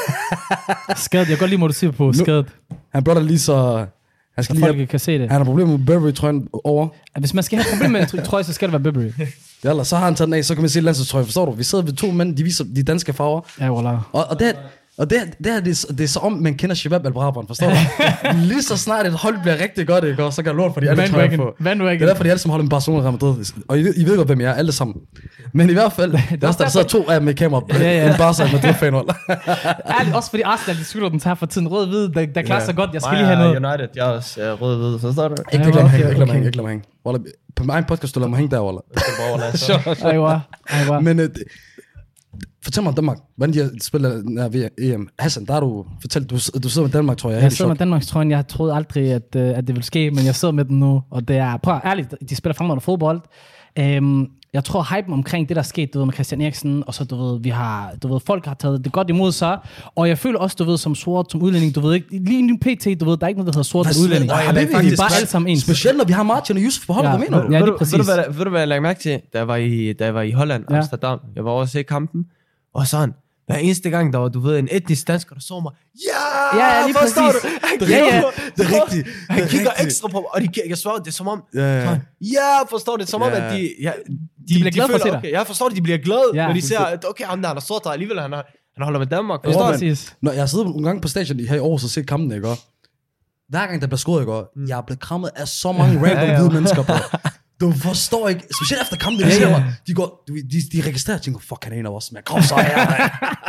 Skadet. Jeg kan godt lide, hvor du siger på skadet. han blotter lige så, han skal Så lige folk have, kan se det. han har problemer med Burberry-trøjen over. Hvis man skal have problemer med en trøje, så skal det være Burberry. Ja, ellers så har han taget den af, så kan man se landsholdstrøjen, forstår du? Vi sidder ved to mænd, de viser de danske farver, Ja, voilà. og, og det, og det, det, her, det, er, det er så om, man kender Shabab Al-Brabant, forstår du? Lige så snart et hold bliver rigtig godt, ikke? Og så kan jeg lort for de alle trøjer Bandwagon. på. Bandwagon. Det er derfor, de alle sammen holder med Barcelona og Real Madrid. Og I, ved- I ved godt, hvem jeg er, alle sammen. Men i hvert fald, det er også, der sidder to af dem med kamera. Ja, ja. En Barca og Madrid-fanhold. Ærligt, også fordi Arsenal, de skylder den til her for tiden. Rød-hvid, der, der klarer sig godt. Jeg skal mig lige have noget. United, jeg er også uh, rød-hvid, så står der. Ikke Ja, lad mig hænge, okay, ikke lad mig okay. hænge, ikke lad mig hænge. Wallah, på min egen podcast, du lader mig hænge der, Wallah. Det skal bare overlade, så. Ej, wow. Ej, wow. Men uh, det, fortæl mig om Danmark. Hvordan de har spillet den her E M. Hassan, der har du fortalt, du, du sidder med Danmark, tror jeg. Jeg er Jeg helt i sidder med chok. Danmarks trøjen. Jeg troede aldrig, at, øh, at det ville ske, men jeg sidder med den nu. Og det er, prøv ærligt, de spiller fremragende fodbold. Øhm, jeg tror, hypen omkring det, der er sket, du ved, med Christian Eriksen, og så, du ved, vi har, du ved, folk har taget det godt imod sig. Og jeg føler også, du ved, som sort, som udlænding, du ved ikke, lige nu P T, du ved, der er ikke noget, der hedder sort Hvad eller udlænding. siger du? Nej, Nej, vi er faktisk- bare alle sammen ens. Specielt når vi har Martin og Yusuf på holdet, Ja. hvad mener du? Ja, ved, lige du, præcis. ved, du, hvad, ved du, hvad jeg lagde mærke til, da jeg var i, da jeg var i Holland, Ja. Amsterdam? Jeg var over at se kampen, og sådan, hver eneste gang, der var, du ved, en etnisk dansker, der så mig, ja, Ja, ja, lige forstår præcis. du? Han Det er kigger rigtigt. på- Det er rigtigt. Han Det er kigger rigtigt. ekstra på mig, og de, jeg svarer, det er som om, Ja, ja. sådan, ja, forstår det, som om, Ja. at de, ja, de, De bliver glade for at se dig. okay, jeg forstår det, de bliver glade, Ja. når de ser, at okay, ham der, han er sort, der alligevel, han, er, han holder med Danmark, Ja, forstår du? præcis. Når jeg sidder nogle gange på stadion her i Aarhus og ser kampen, ikke? Hver gang der bliver scoret, ikke? Jeg er blevet krammet af så mange random Ja, ja. hvide mennesker på. Du forstår ikke, specielt efter kampen, de Ja, ser ja. mig, de går, de, de, de registrerer og tænker, fuck, han er en af os, man, kom så her, man.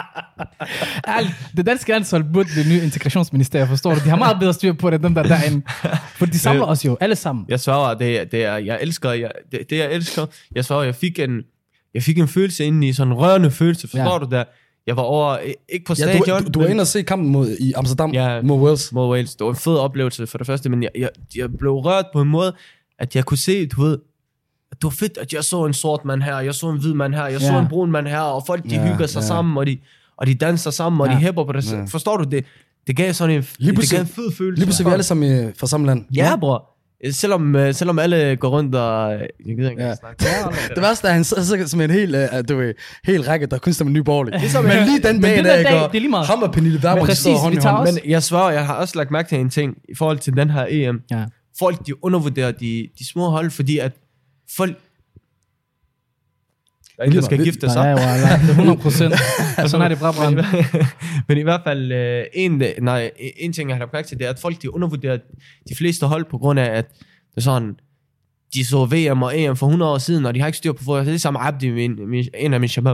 Ærligt, det danske landshold burde det nye integrationsministerium, forstår du? De har meget bedre styr på det, end dem der er derinde. For de samler os jo, alle sammen. Jeg svarer, det, er- det er, jeg elsker, jeg, det, det jeg elsker, jeg svarer, jeg fik en, jeg fik en følelse indeni, sådan en rørende følelse, forstår Ja. du der? Jeg var over, ikke på Ja, stadion, du, du, du var men- inde og se kampen mod, i Amsterdam Ja. mod Wales. mod Wales. Det var en fed oplevelse for det første, men jeg, jeg, jeg blev rørt på en måde, at jeg kunne se, du ved, at det var fedt, at jeg så en sort mand her, jeg så en hvid mand her, jeg så Ja. en brun mand her, og folk de Ja, hygger sig ja. sammen, og de, og de danser sammen, og Ja. de hæpper på det. Ja. Forstår du det? Det gav sådan en, Lige det pludselig- gav en fed følelse. Lige pludselig er vi alle sammen i- fra samme land. Ja, bror. Selvom, øh, selvom alle går rundt og... Jeg gider ikke Ja. ja. snakke. Det værste er, at han sidder sidder som en hel, uh, du ved, hel række, der kun stemmer Nye Borgerlige. Ligesom- Men lige den Men dag, den der, der ikke? dag, Og det er lige meget. ham og Pernille Vermund, de Præcis, står hånd i vi tager hånd. også- Men jeg svarer, jeg har også lagt mærke til en ting i forhold til den her E M. Ja. Folk, de undervurderer de, de små hold, fordi at folk... Der er ingen, der skal gifte sig. Ja, ja, ja, det er hundrede procent. Sådan er det bare Men, brand. i- men i hvert fald, øh, en, nej, en ting, jeg har lagt mærke til, det er, at folk de undervurderer de fleste hold på grund af, at det er sådan, de så V M og E M for hundrede år siden, og de har ikke styr på fodbold. Det er ligesom Abdi, min, min, en af mine shabab.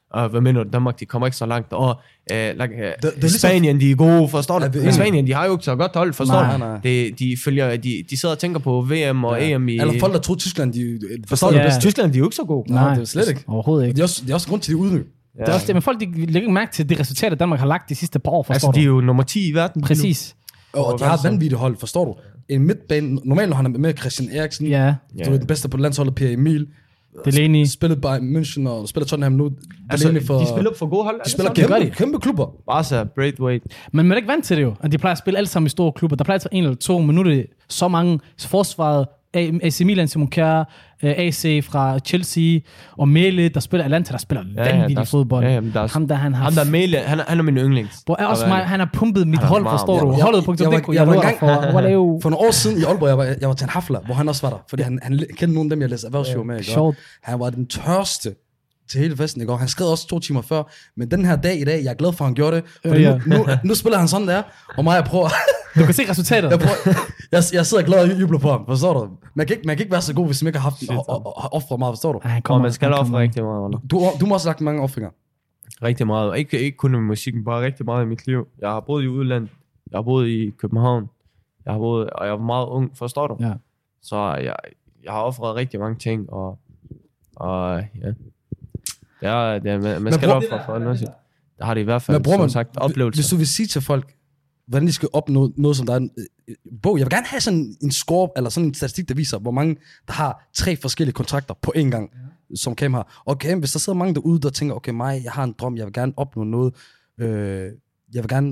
Og hvad mener du, Danmark, de kommer ikke så langt. Og uh, like, uh, det, det er Spanien, de er gode, forstår du? Ja, Spanien, de har jo ikke så godt hold, forstår nej, du? nej. De, de, følger, de, de sidder og tænker på V M og ja. E M i... Eller folk, der tror Tyskland, de... Forstår ja. du? Tyskland, de er jo ikke så gode. Nej, nej det er slet ikke. Overhovedet ikke. Det er også, det er også grund til, at de udnytter. Ja. Det er også det, men folk de lægger ikke mærke til det resultat, Danmark har lagt de sidste par år, forstår altså, du? de er jo nummer ti i verden. Præcis. Og, og de har et vanvittigt hold, forstår du? En midtbane, normalt når han er med Christian Eriksen, ja. du er den bedste på landsholdet, Per Emil, Delaney. Spillet Bayern München og spiller Tottenham nu. Altså, for, de spiller for gode hold. De spiller kæmpe, kæmpe klubber. Barca, Braithwaite. Men man er ikke vant til det jo, at de plejer at spille alle sammen i store klubber. Der plejer at være en eller to, men nu er det så mange forsvaret. A C Milan, Simon Kjær, A C fra Chelsea, og Mele, der spiller Atalanta, der spiller ja, vanvittig ja, fodbold. Ja, ja, ham der, han har... Ham der Mele, han, han er min yndlings. Bro, er også mig, han har pumpet mit hold, forstår du? Jeg, Holdet punktum d k, jeg, jeg, jeg, jeg for, jeg, for, for nogle år siden i Aalborg, jeg var, jeg var til en hafler, hvor han også var der, fordi han, han kendte nogle af dem, jeg læste erhvervsjord med. Sjovt. Han var den tørste til hele festen i går. Han skrev også to timer før, men den her dag i dag, jeg er glad for, at han gjorde det, for ja, ja. nu, nu, nu spiller han sådan der, og mig, jeg prøver... Du kan se resultatet. Jeg, prøver, jeg, jeg sidder glad og jubler på ham, forstår du? Man kan ikke, man kan ikke være så god, hvis man ikke har haft Shit, og, og, og offret meget, forstår du? Ej, kommer, og man skal ofre rigtig meget. Du, du må også have lagt mange offringer. Rigtig meget. Ikke, ikke kun med musikken, bare rigtig meget i mit liv. Jeg har boet i udlandet. Jeg har boet i København. Jeg har boet, og jeg var meget ung, forstår du? Ja. Så jeg, jeg har offret rigtig mange ting, og, og ja. Det er, det er, man, man skal ofre for noget. Der har det i hvert fald, bror, som sagt, oplevelser. Hvis du vil sige til folk, hvordan de skal opnå noget, som der er en øh, bog. Jeg vil gerne have sådan en score, eller sådan en statistik, der viser, hvor mange, der har tre forskellige kontrakter på én gang, ja. som Cam har. Og Cam, hvis der sidder mange derude, der tænker, okay, mig, jeg har en drøm, jeg vil gerne opnå noget, øh, jeg vil gerne...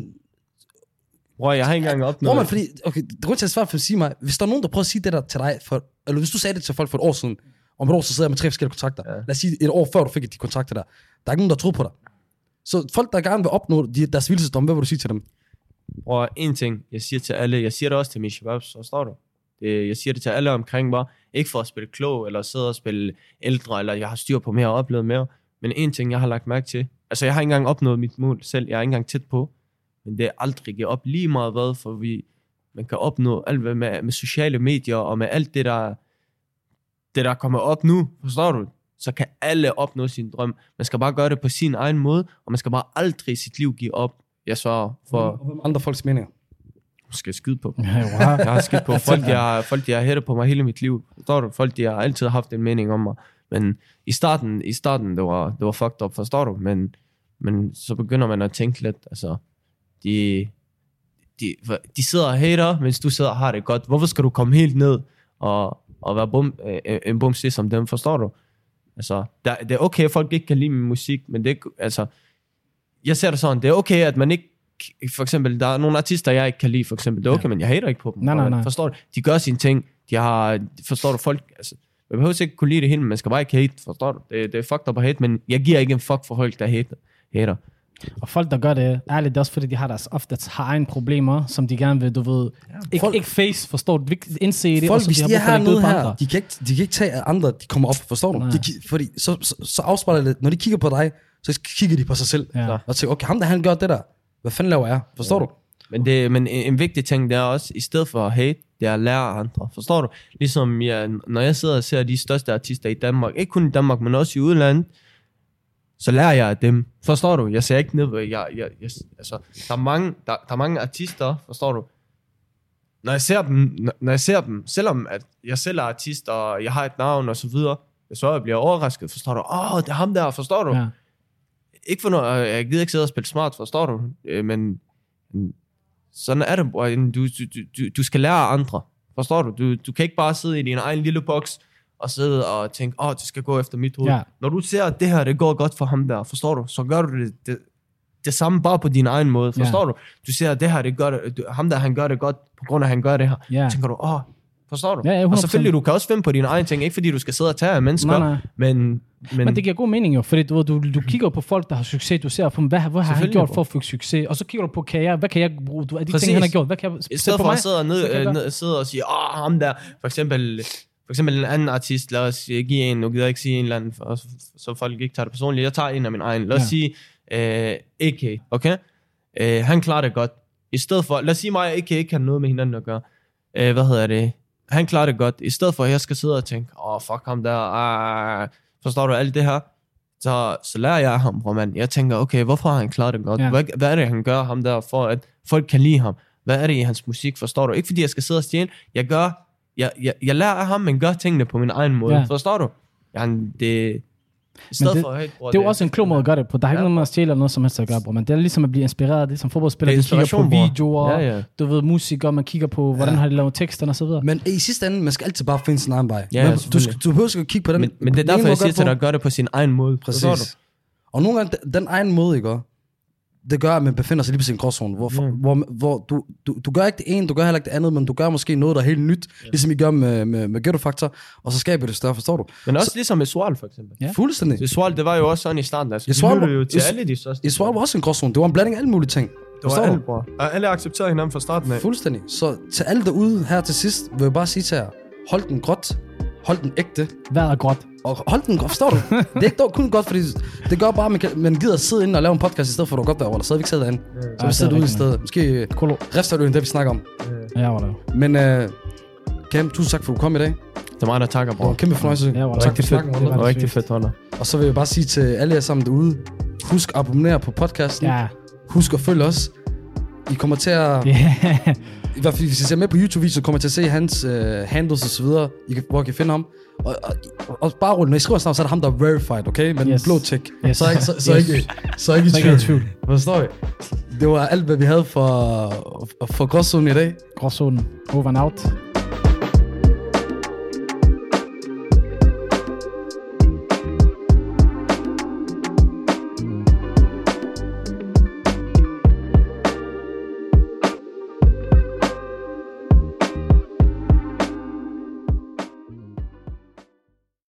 Bror, jeg har ikke engang opnået... Bror, man, fordi, okay, det er godt til at svare for at sige mig, hvis der er nogen, der prøver at sige det der til dig, for, eller hvis du sagde det til folk for et år siden, om et år, så sidder jeg med tre forskellige kontrakter. Ja. Lad os sige et år før, du fik de kontrakter der. Der er ikke nogen, der tror på dig. Så folk, der gerne vil opnå de, deres vildelsesdom, hvad vil du sige til dem? Og en ting, jeg siger til alle, jeg siger det også til mine shababs, så står du. Det, jeg siger det til alle omkring mig, ikke for at spille klog, eller sidde og spille ældre, eller jeg har styr på mere og oplevet mere, men en ting, jeg har lagt mærke til, altså jeg har ikke engang opnået mit mål selv, jeg er ikke engang tæt på, men det er aldrig givet op lige meget hvad, for vi, man kan opnå alt med, med sociale medier, og med alt det, der, det, der kommer op nu, forstår du? Så kan alle opnå sin drøm. Man skal bare gøre det på sin egen måde, og man skal bare aldrig i sit liv give op. Jeg svarer for... andre folks meninger. Du skal skide på. Ja, wow. Jeg har skidt på folk, jeg har, folk, jeg har hættet på mig hele mit liv. Forstår du? Folk, de har altid haft en mening om mig. Men i starten, i starten det var, det var fucked up, forstår du? Men, men så begynder man at tænke lidt, altså, de, de, de sidder og hater, mens du sidder og har det godt. Hvorfor skal du komme helt ned og, og være bum, en bumslig som dem, forstår du? Altså, der, det er okay, at folk ikke kan lide min musik, men det er, altså, jeg ser det sådan, det er okay, at man ikke, for eksempel, der er nogle artister, jeg ikke kan lide, for eksempel, det er okay, ja. Men jeg hater ikke på dem. Nej, nej, nej. Forstår du? De gør sine ting, de har, forstår du, folk, altså, man behøver ikke kunne lide det hele, men man skal bare ikke hate, forstår du? Det, det er fucked up at hate, men jeg giver ikke en fuck for folk, der hater. hater. Og folk, der gør det, ærligt, det er også fordi, de har deres ofte har egen problemer, som de gerne vil, du ved, ja, ikke, folk, ikke face, forstår du, indse det. Folk, og hvis de, de har har noget her, andre. de kan, ikke, de kan ikke tage af andre, de kommer op, forstår du? De, fordi så, så, så afspejler det, når de kigger på dig, så kigger de på sig selv, ja. Og tænker, okay, ham der, han gør det der, hvad fanden laver jeg, forstår ja. Du? Men, det, men en, en vigtig ting, det er også, i stedet for at hate, det er at lære andre, forstår du? Ligesom, jeg, når jeg sidder og ser de største artister i Danmark, ikke kun i Danmark, men også i udlandet, så lærer jeg af dem. Forstår du? Jeg ser ikke ned, jeg, jeg, jeg, altså, der er mange, der, der er mange artister, forstår du? Når jeg ser dem, når jeg ser dem, selvom at jeg selv er artist, og jeg har et navn og så videre, så jeg bliver overrasket, forstår du? Åh, oh, det er ham der, forstår du? Ja. Ikke for noget, jeg gider ikke sidde og spille smart, forstår du? Men sådan er det, bror. Du, du, du, du skal lære af andre, forstår du? Du, du kan ikke bare sidde i din egen lille boks, og sidde og tænke, åh, oh, det skal gå efter mit hoved. Ja. Når du ser, at det her, det går godt for ham der, forstår du? Så gør du det, det, det samme bare på din egen måde, forstår ja. Du? Du ser, at det her, det gør det, ham der, han gør det godt, på grund af, at han gør det her. Ja. tænker du, åh, oh, forstår du? Ja, og selvfølgelig, du kan også finde på dine egne ting, ikke fordi du skal sidde og tage af mennesker, nej, nej. Men, men... Men det giver god mening jo, fordi du, du, du kigger på folk, der har succes, du ser på dem, hvad, hvad har han gjort for at få succes, og så kigger du på, kan jeg, hvad kan jeg bruge, du, af de Præcis. ting, han har gjort, hvad kan jeg I stedet for at sidde og, ned, ned, sidde og sige, åh, ham der, for eksempel... For eksempel en anden artist, lad os give en, nu gider jeg ikke sige en eller anden, for, så folk ikke tager det personligt. Jeg tager en af min egen. Lad os ja. sige uh, A K, okay? Uh, han klarer det godt. I stedet for, lad os sige mig og A K ikke har noget med hinanden at gøre. Uh, hvad hedder det? Han klarer det godt. I stedet for, at jeg skal sidde og tænke, åh, oh, fuck ham der. Ah, forstår du alt det her? Så, så lærer jeg ham, bror mand. Jeg tænker, okay, hvorfor har han klaret det godt? Ja. Hvad, hvad er det, han gør ham der, for at folk kan lide ham? Hvad er det i hans musik, forstår du? Ikke fordi jeg skal sidde og stjæle. Jeg gør, jeg, jeg, jeg lærer af ham, men gør tingene på min egen måde. Ja. Forstår du? Jamen, det... I Men det, for, hey, bror, det er jo også en klog måde at gøre det på. Der er ikke ja. noget med at stjæle eller noget som helst at gøre, bro. Men det er ligesom at blive inspireret. Det er som fodboldspillere, de kigger på bror. videoer, Ja, ja. du ved, musikere, man kigger på, hvordan Ja. har de lavet teksterne og så videre. Men i sidste ende, man skal altid bare finde sin egen vej. Ja, men, du, skal, du behøver ikke at kigge på den. Men, men det er den derfor, ene jeg måde siger at til gøre dig at gøre det på sin egen måde. Forstår du? Præcis. Og nogle gange, den- den egen måde, ikke? Det gør, at man befinder sig lige på sin gråzone, hvor, Mm. hvor, hvor du, du, du gør ikke det ene, du gør heller ikke det andet, men du gør måske noget, der er helt nyt, yeah. ligesom I gør med, med, med Ghetto Factor, og så skaber det større, forstår du? Men også Så- ligesom med Swal, for eksempel. Ja. Fuldstændig. Så Swal, det var jo også sådan i starten. Altså, Ja, vi Swal lyttede var- jo til Is- alle de største. Israel var også en gråzone, det var en blanding af alle mulige ting. Det var Forstår alle, du? bror. Og alle accepterede hinanden fra starten af. Fuldstændig. Så til alle derude her til sidst, vil jeg bare sige til jer, hold den gråt, hold den ægte, Hvad er godt? og hold den godt, forstår du? Det er ikke dog kun godt, fordi det gør bare, at man, kan, man gider at sidde inde og lave en podcast, i stedet for at du er godt derovre, eller så havde vi ikke siddet derinde. Så Ja, vi sidder det er ude i rigtigt, stedet. Måske Kolo. restaurerer det, vi snakker om. Ja, var der. Men uh, Cam, tusind tak for, at du kom i dag. Det er mig, der takker, Det var bror. en kæmpe fornøjelse. Ja, var der. Tak for Rigtig fedt. snakken, Det Walter. var rigtig fedt, Holder. Og så vil jeg bare sige til alle jer sammen derude, husk at abonnere på podcasten. Ja. Husk at følge os. I kommer til at... Yeah. I hvert fald, hvis I ser med på YouTube-videoer, kommer I til at se hans uh, handles og så videre, I kan, hvor I kan finde ham. Og, og, og bare rulle, når I skriver snart, så er det ham, der er verified, okay? Med yes. Yes. en blå tick. Yes. Så, ikke, så, så, Yes. ikke, så ikke i Så ikke i tvivl. tvivl. Forstår I? Det var alt, hvad vi havde for, for Gråzonen i dag. Gråzonen. Over and out.